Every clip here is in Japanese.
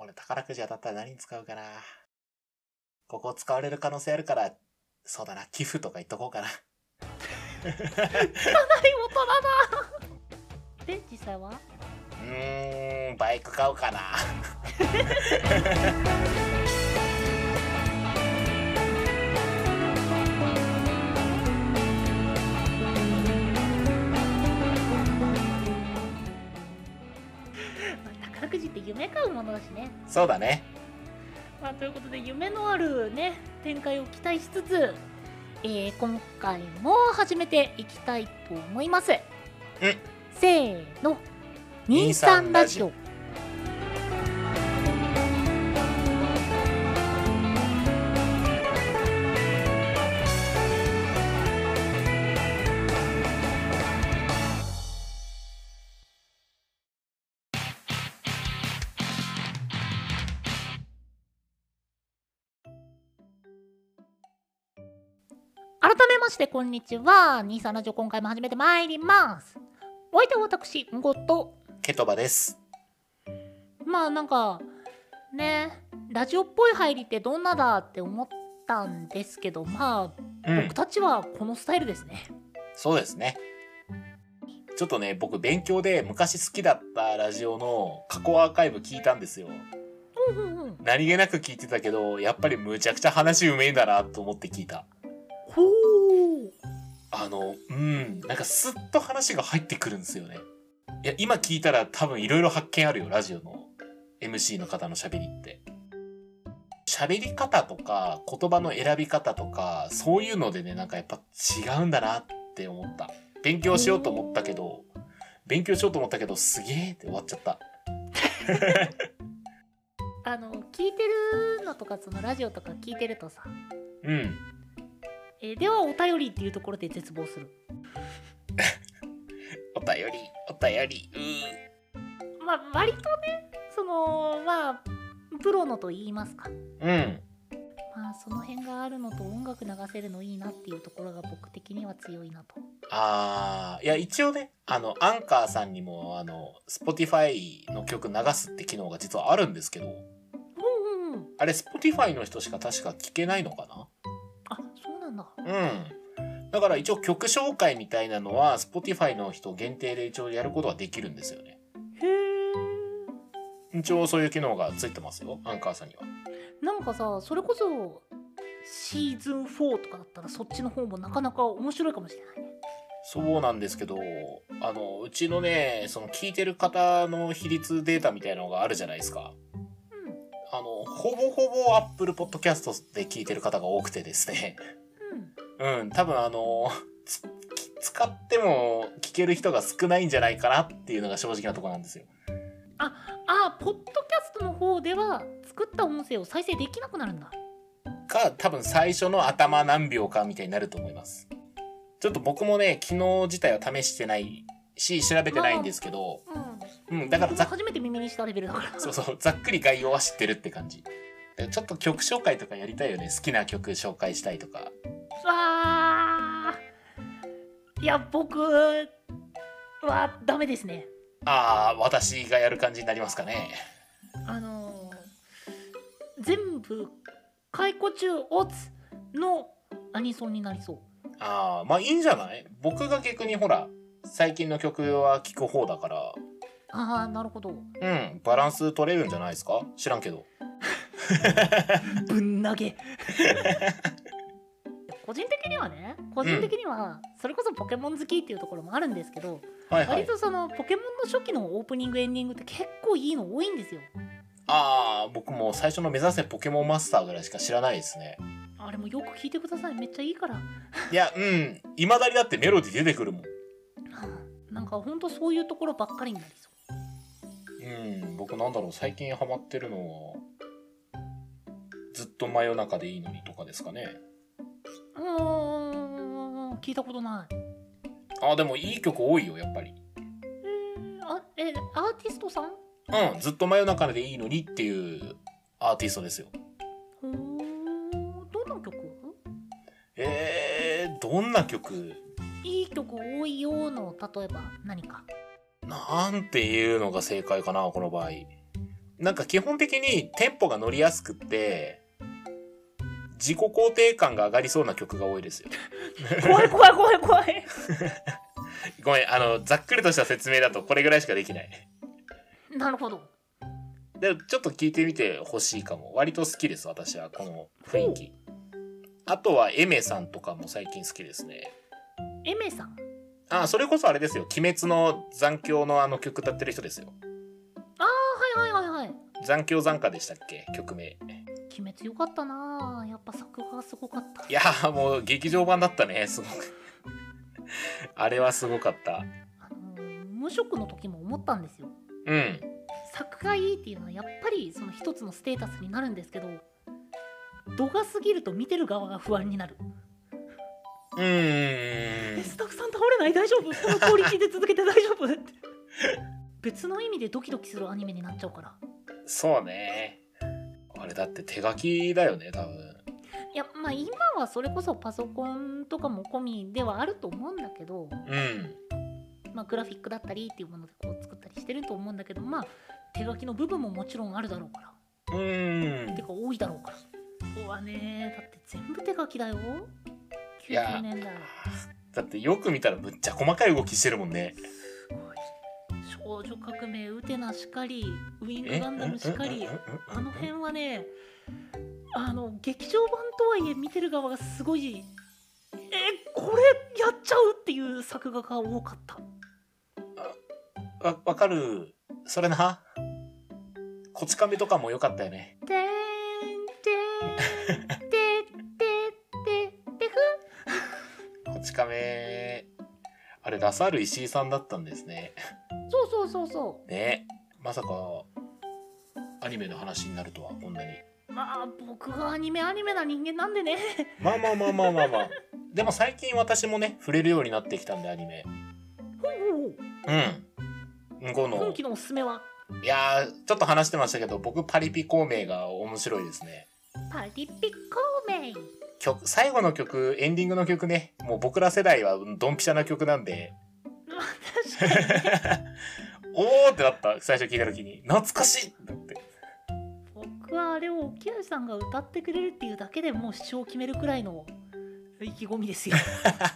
俺宝くじ当たったら何に使うかな。ここ使われる可能性あるから、そうだな、寄付とか言っとこうかな。 汚い大人だで、実際はバイク買うかな。 宝くじって夢買うものだしね。 そうだね。 ということで夢のあるね展開を期待しつつ、今回も始めていきたいと思います。せーの、23ラジオ。改めましてこんにちは。23ラジオ、今回も始めてまいります。お相手は私、ゴットケトバです。 なんかね、ラジオっぽい入りってどんなだって思ったんですけど、僕たちはこのスタイルですね。 そうですね。ちょっとね、僕勉強で昔好きだったラジオの過去アーカイブ聞いたんですよ。何気なく聞いてたけど、やっぱりむちゃくちゃ話うめえんだなと思って聞いた。 ほー。 なんかスッと話が入ってくるんですよね。いや、今聞いたら多分いろいろ発見あるよ、ラジオの MC の方の喋りって。喋り方とか、言葉の選び方とか、そういうのでね、なんかやっぱ違うんだなって思った。勉強しようと思ったけど、すげーって終わっちゃった。 聞いてるのとか、そのラジオとか聞いてるとさ、ではお便りっていうところで絶望する。 お便り。 割とね、プロのと言いますか。その辺があるのと音楽流せるのいいなっていうところが僕的には強いなと。 いや、一応ね、アンカーさんにも、Spotify の曲流すって機能が実はあるんですけど、あれ、Spotify の人しか確か聞けないのかな？ そうなんだ。 だから一応曲紹介みたいなのは Spotify の人限定で一応やることはできるんですよね。一応そういう機能がついてますよ、アンカーさんには。 なんかさ、それこそシーズン4とかだったらそっちの方もなかなか面白いかもしれないね。 そうなんですけど、うちのね、その聞いてる方の比率データみたいなのがあるじゃないですか。ほぼほぼ Apple Podcast で聞いてる方が多くてですね。多分使っても聞ける人が少ないんじゃないかなっていうのが正直なところなんですよ。 ポッドキャストの方では作った音声を再生できなくなるんだ。 多分最初の頭何秒かみたいになると思います。ちょっと僕もね、機能自体は試してないし、調べてないんですけど、だから初めて耳にしたレベルだから。 そう、ざっくり概要は知ってるって感じ。ちょっと曲紹介とかやりたいよね。好きな曲紹介したいとか。 いや、僕はダメですね。 私がやる感じになりますかね。 全部解雇中オツのアニソンになりそう。 いいんじゃない？僕が逆にほら最近の曲は聴く方だから。 なるほど。 バランス取れるんじゃないですか？知らんけど。 ぶん投げ。個人的にはそれこそポケモン好きっていうところもあるんですけど、割とそのポケモンの初期のオープニングエンディングって結構いいの多いんですよ。 僕も最初の目指せポケモンマスターぐらいしか知らないですね。 あれもよく聞いてください、めっちゃいいから。 いや、いまだにだってメロディ出てくるもん。 なんかほんとそういうところばっかりになりそう。 僕なんだろう、最近ハマってるのはずっと真夜中でいいのにとかですかね。 聞いたことない。 でもいい曲多いよ、やっぱり。 アーティストさん？ ずっと真夜中でいいのにっていうアーティストですよ。 どんな曲？ どんな曲？ いい曲多いよの例えば何か。 なんていうのが正解かな、この場合。 なんか基本的にテンポが乗りやすくって自己肯定感が上がりそうな曲が多いですよ。 怖い怖い怖い怖い。 ごめん、ざっくりとした説明だとこれぐらいしかできない。 なるほど。 でもちょっと聞いてみてほしいかも。割と好きです私はこの雰囲気。あとはエメさんとかも最近好きですね。 エメさん。 それこそあれですよ。鬼滅の残響の曲歌ってる人ですよ。 はいはいはいはい。 残響残歌でしたっけ曲名。 鬼滅よかったな。やっぱ作画がすごかった。 いやーもう劇場版だったねすごく。あれはすごかった。 無職の時も思ったんですよ。 うん。 作がいいっていうのはやっぱりその一つのステータスになるんですけど、度が過ぎると見てる側が不安になる。スタッフさん倒れない大丈夫、このクオリティで続けて大丈夫って別の意味でドキドキするアニメになっちゃうから。 そうね。あれだって手書きだよね多分。 いやまあ今はそれこそパソコンとかも込みではあると思うんだけど、まあグラフィックだったりっていうものでこう作ったりしてると思うんだけど、まあ手書きの部分ももちろんあるだろうから。てか多いだろうから。ここはねだって全部手書きだよ。90年代。 だってよく見たらむっちゃ細かい動きしてるもんね。 すごい。少女革命ウテナしかり、ウィングガンダムしかり、あの辺はね、劇場版とはいえ見てる側がすごい、これやっちゃうっていう作画が多かった。 わかる。それな。こち亀とかも良かったよね。こち亀あれラサール石井さんだったんですね。 そうね。まさかアニメの話になるとはこんなに。 まあ僕がアニメな人間なんでね。 まあでも最近私もね触れるようになってきたんでアニメ。 今期のおすすめは。 いやーちょっと話してましたけど僕パリピ孔明が面白いですね。 パリピ孔明最後の曲エンディングの曲ね、もう僕ら世代はドンピシャな曲なんで確かに、ね、 おーってなった。最初聞いた時に懐かしいってなって。 僕はあれを沖合さんが歌ってくれるっていうだけでもう視聴を決めるくらいの意気込みですよ。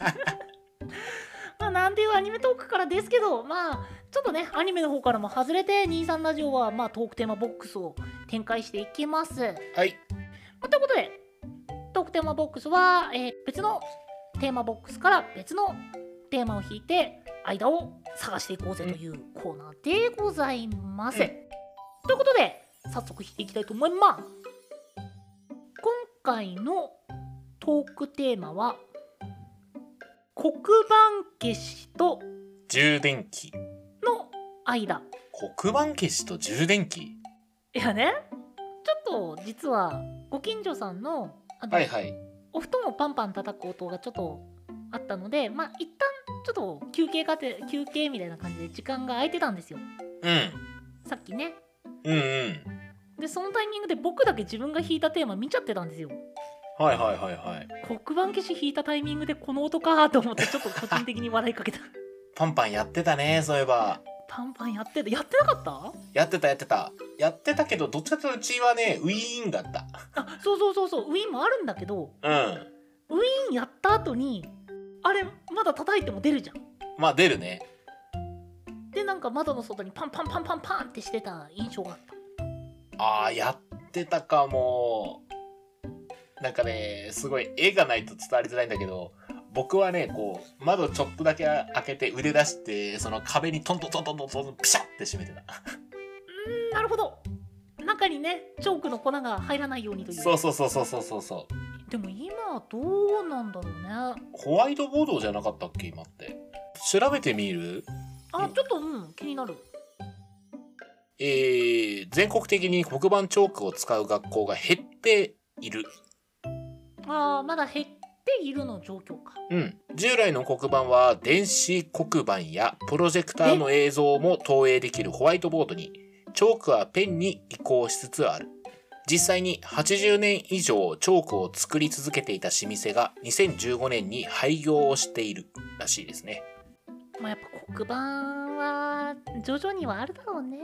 まあなんていうアニメトークからですけど、まあちょっとねアニメの方からも外れて23ラジオはまあトークテーマボックスを展開していきます。はい。ということでトークテーマボックスは、別のテーマボックスから別のテーマを引いて間を探していこうぜというコーナーでございます。ということで早速引いていきたいと思います。今回のトークテーマは黒板消しと充電器の間。 黒板消しと充電器。 いやね、ちょっと実はご近所さんのお布団をパンパン叩く音がちょっとあったので、まあ一旦ちょっと休憩みたいな感じで時間が空いてたんですよ。さっきね。でそのタイミングで僕だけ自分が弾いたテーマ見ちゃってたんですよ。黒板消し弾いたタイミングでこの音かと思ってちょっと個人的に笑いかけた。 パンパンやってたね。そういえばパンパンやってなかった？ やってたけど、どっちかというとうちはねウィーンだった。 そうウィーンもあるんだけど、ウィーンやった後にあれまだ叩いても出るじゃん。 まあ出るね。 でなんか窓の外にパンパンってしてた印象があった。 やってたかも。なんかねすごい絵がないと伝わりづらいんだけど、僕はねこう窓ちょっとだけ開けて腕出してその壁にトンピシャって閉めてた。 なるほど。中にねチョークの粉が入らないようにという。 そう。 でも今どうなんだろうね。 ホワイトボードじゃなかったっけ今って。調べてみる？ ちょっと気になる。 全国的に黒板チョークを使う学校が減っている。 まだ減っているの状況か。 従来の黒板は電子黒板やプロジェクターの映像も投影できるホワイトボードにチョークはペンに移行しつつある。実際に80年以上チョークを作り続けていた老舗が2015年に廃業をしているらしいですね。 やっぱ黒板は徐々にはあるだろうね。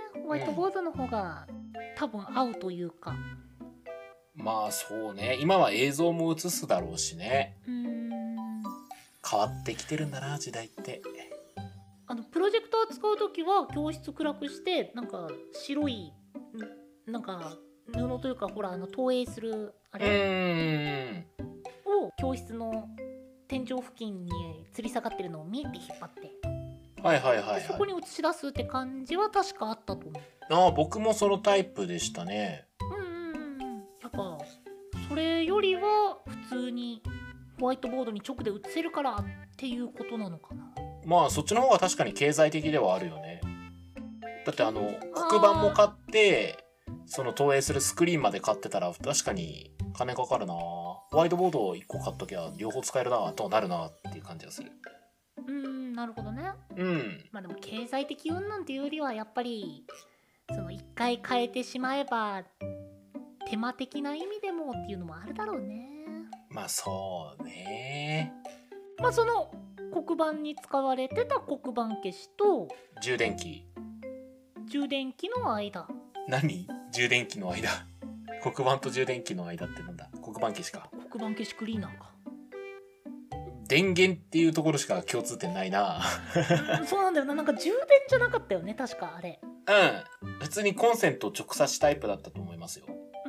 ホワイトボードの方が多分合うというか、 まあそうね、今は映像も映すだろうしね。変わってきてるんだな、時代って。 プロジェクター使う時は教室暗くして、なんか白いなんか布というか、ほら投影するあれを教室の天井付近に吊り下がってるのを見て引っ張って、 はいはいはいはい、 そこに映し出すって感じは確かあったと思う。 ああ、僕もそのタイプでしたね。 やっぱそれよりは普通にホワイトボードに直で映せるからっていうことなのかな。 まあそっちの方が確かに経済的ではあるよね。だって黒板も買ってその投影するスクリーンまで買ってたら確かに金かかるな。ホワイトボードを1個買っときゃ両方使えるなとなるなっていう感じがする。 なるほどね。まあでも経済的運なんていうよりはやっぱりその1回変えてしまえば手間的な意味でもっていうのもあるだろうね。 まあそうね。 まあその黒板に使われてた黒板消しと充電器の間。 何？充電器の間黒板と充電器の間ってなんだ？黒板消しか。 黒板消しクリーナーか。 電源っていうところしか共通点ないな。 そうなんだよな。なんか充電じゃなかったよね、確かあれ。 普通にコンセント直差しタイプだったと思いますよ。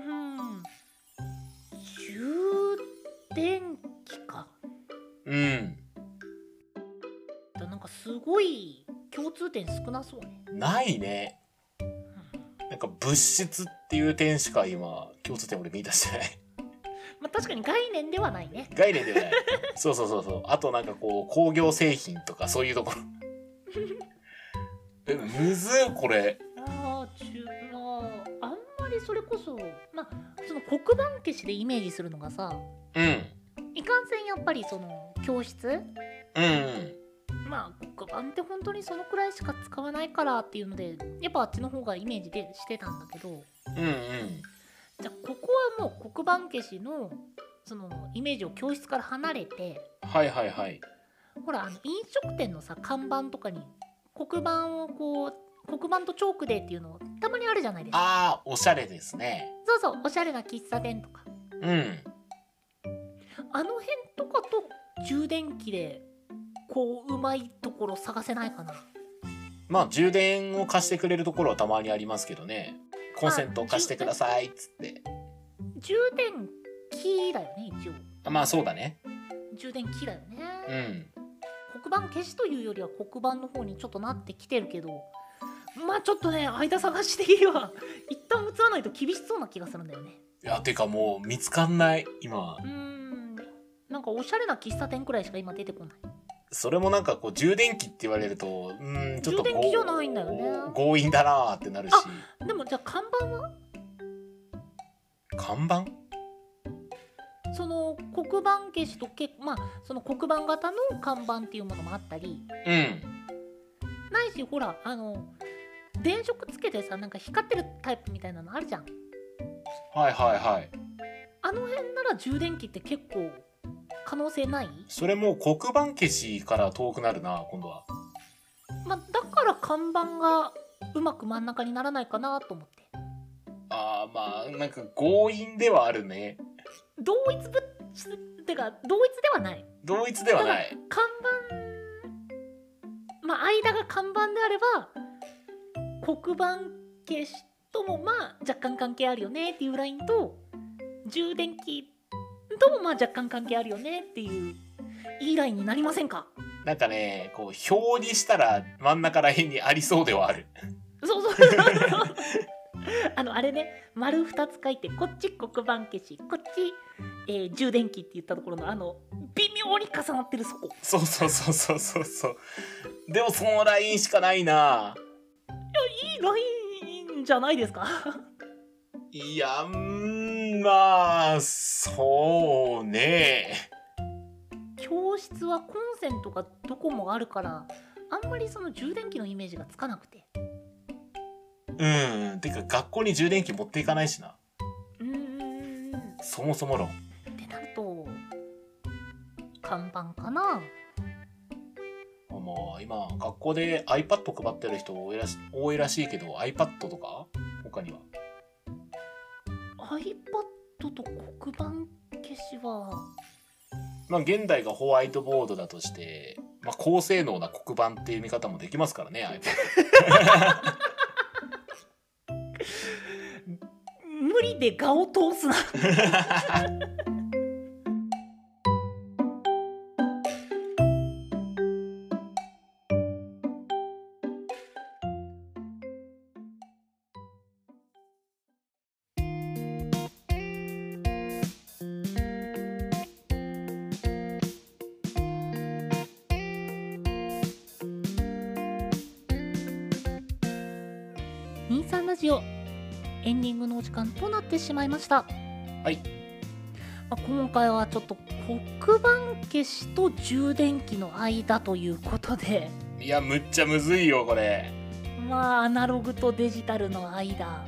充電器か。なんかすごい共通点少なそうね。 ないね。なんか物質っていう点しか今共通点俺見出してない。 まあ確かに概念ではないね。 概念ではない。そう。あとなんかこう工業製品とかそういうところ。むずいこれ。 あんまりそれこそ、まあその黒板消しでイメージするのがさ、いかんせんやっぱりその教室、まあ黒板って本当にそのくらいしか使わないからっていうので、やっぱあっちの方がイメージでしてたんだけど、じゃあここはもう黒板消しのそのイメージを教室から離れて、ほら飲食店のさ看板とかに黒板をこう黒板とチョークでっていうのたまにあるじゃないですか。 ああ、おしゃれですね。 そう、おしゃれな喫茶店とか。あの辺とかと充電器でこううまいところ探せないかな。 まあ充電を貸してくれるところはたまにありますけどね。コンセントを貸してくださいっつって。 充電器だよね一応。 まあそうだね。 充電器だよね。黒板消しというよりは黒板の方にちょっとなってきてるけど、まあちょっとね間探し的には一旦映らないと厳しそうな気がするんだよね。 いやてかもう見つかんない今。 なんかおしゃれな喫茶店くらいしか今出てこない。 それもなんかこう充電器って言われるとちょっと充電器じゃないんだよね。 強引だなーってなるし。 でもじゃあ看板は？ 看板？ その黒板消しとまあその黒板型の看板っていうものもあったり、ないしほら電飾つけてさなんか光ってるタイプみたいなのあるじゃん。あの辺なら充電器って結構可能性ない？ それも黒板消しから遠くなるな今度は。 まあだから看板がうまく真ん中にならないかなと思って。 まあなんか強引ではあるね。 同一ってか同一ではない。看板、まあ間が看板であれば黒板消しともまあ若干関係あるよねっていうラインと充電器ともまあ若干関係あるよねっていういいラインになりませんか？ なんかねこう表にしたら真ん中ら辺にありそうではある。 そうあれね丸2つ書いてこっち黒板消しこっち、充電器って言ったところの微妙に重なってるそこ。 そうでもそのラインしかないな。 いいラインじゃないですか。 いやまあそうね。 教室はコンセントがどこもあるからあんまりその充電器のイメージがつかなくて。 てか学校に充電器持っていかないしな。そもそも論。 ってなると看板かな。 ま今学校で iPad 配ってる人多いらしいけど iPad とか他には iPad と黒板消しは現代がホワイトボードだとして、高性能な黒板っていう見方もできますからね iPad 無理で画を通すな23ラジオエンディングのお時間となってしまいました。 はい。 今回はちょっと黒板消しと充電器の間ということで、 いやむっちゃむずいよこれ。 アナログとデジタルの間。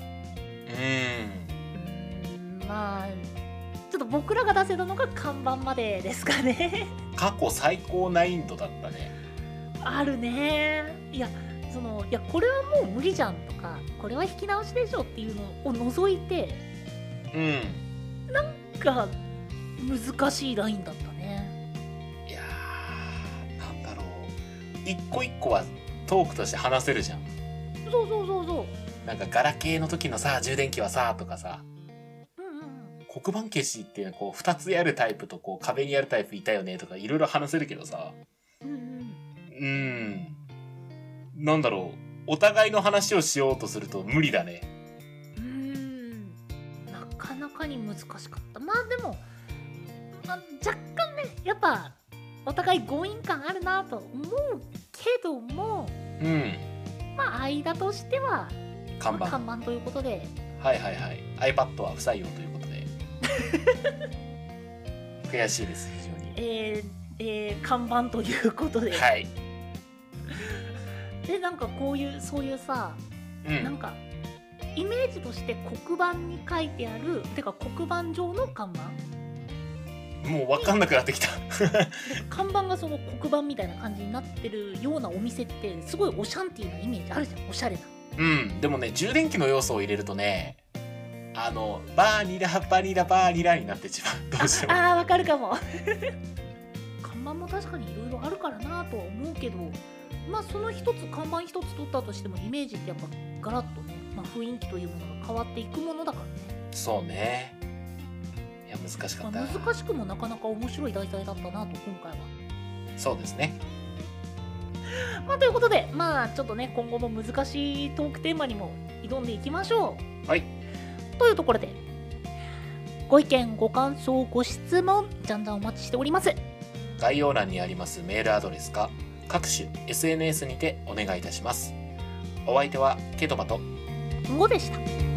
ちょっと僕らが出せたのが看板までですかね過去最高難易度だったね。 あるね。いやこれはもう無理じゃんとか、これは引き直しでしょっていうのを除いて、なんか難しいラインだったね。 いやー、なんだろう、一個一個はトークとして話せるじゃん。 そうなんかガラケーの時のさ、充電器はさとかさ、黒板消しってこう2つやるタイプとこう壁にやるタイプいたよねとかいろいろ話せるけどさ、なんだろう、お互いの話をしようとすると無理だね。 なかなかに難しかった。でも、若干ね、やっぱお互い強引感あるなと思うけども、間としては看板ということで、 iPad は不採用ということで悔しいです非常に。 看板ということで、 はい。 でなんかそういうさ、なんかイメージとして黒板に書いてある黒板上の看板、 もう分かんなくなってきた看板がその黒板みたいな感じになってるようなお店ってすごいオシャンティーなイメージあるじゃん。おしゃれな。でもね、充電器の要素を入れるとね、バーニラバニラバーニラになってしまう。どうしてもわかるかも看板も確かにいろいろあるからなとは思うけど、その看板一つ取ったとしてもイメージってやっぱガラッとね、雰囲気というものが変わっていくものだからね。 そうね。いや難しかった。 難しくもなかなか面白い題材だったなと今回は。 そうですね。 ということでちょっとね、今後も難しいトークテーマにも挑んでいきましょう。はい。 というところで、ご意見ご感想ご質問じゃんじゃんお待ちしております。 概要欄にありますメールアドレスか各種 SNS にてお願いいたします。お相手はケトバとゴでした。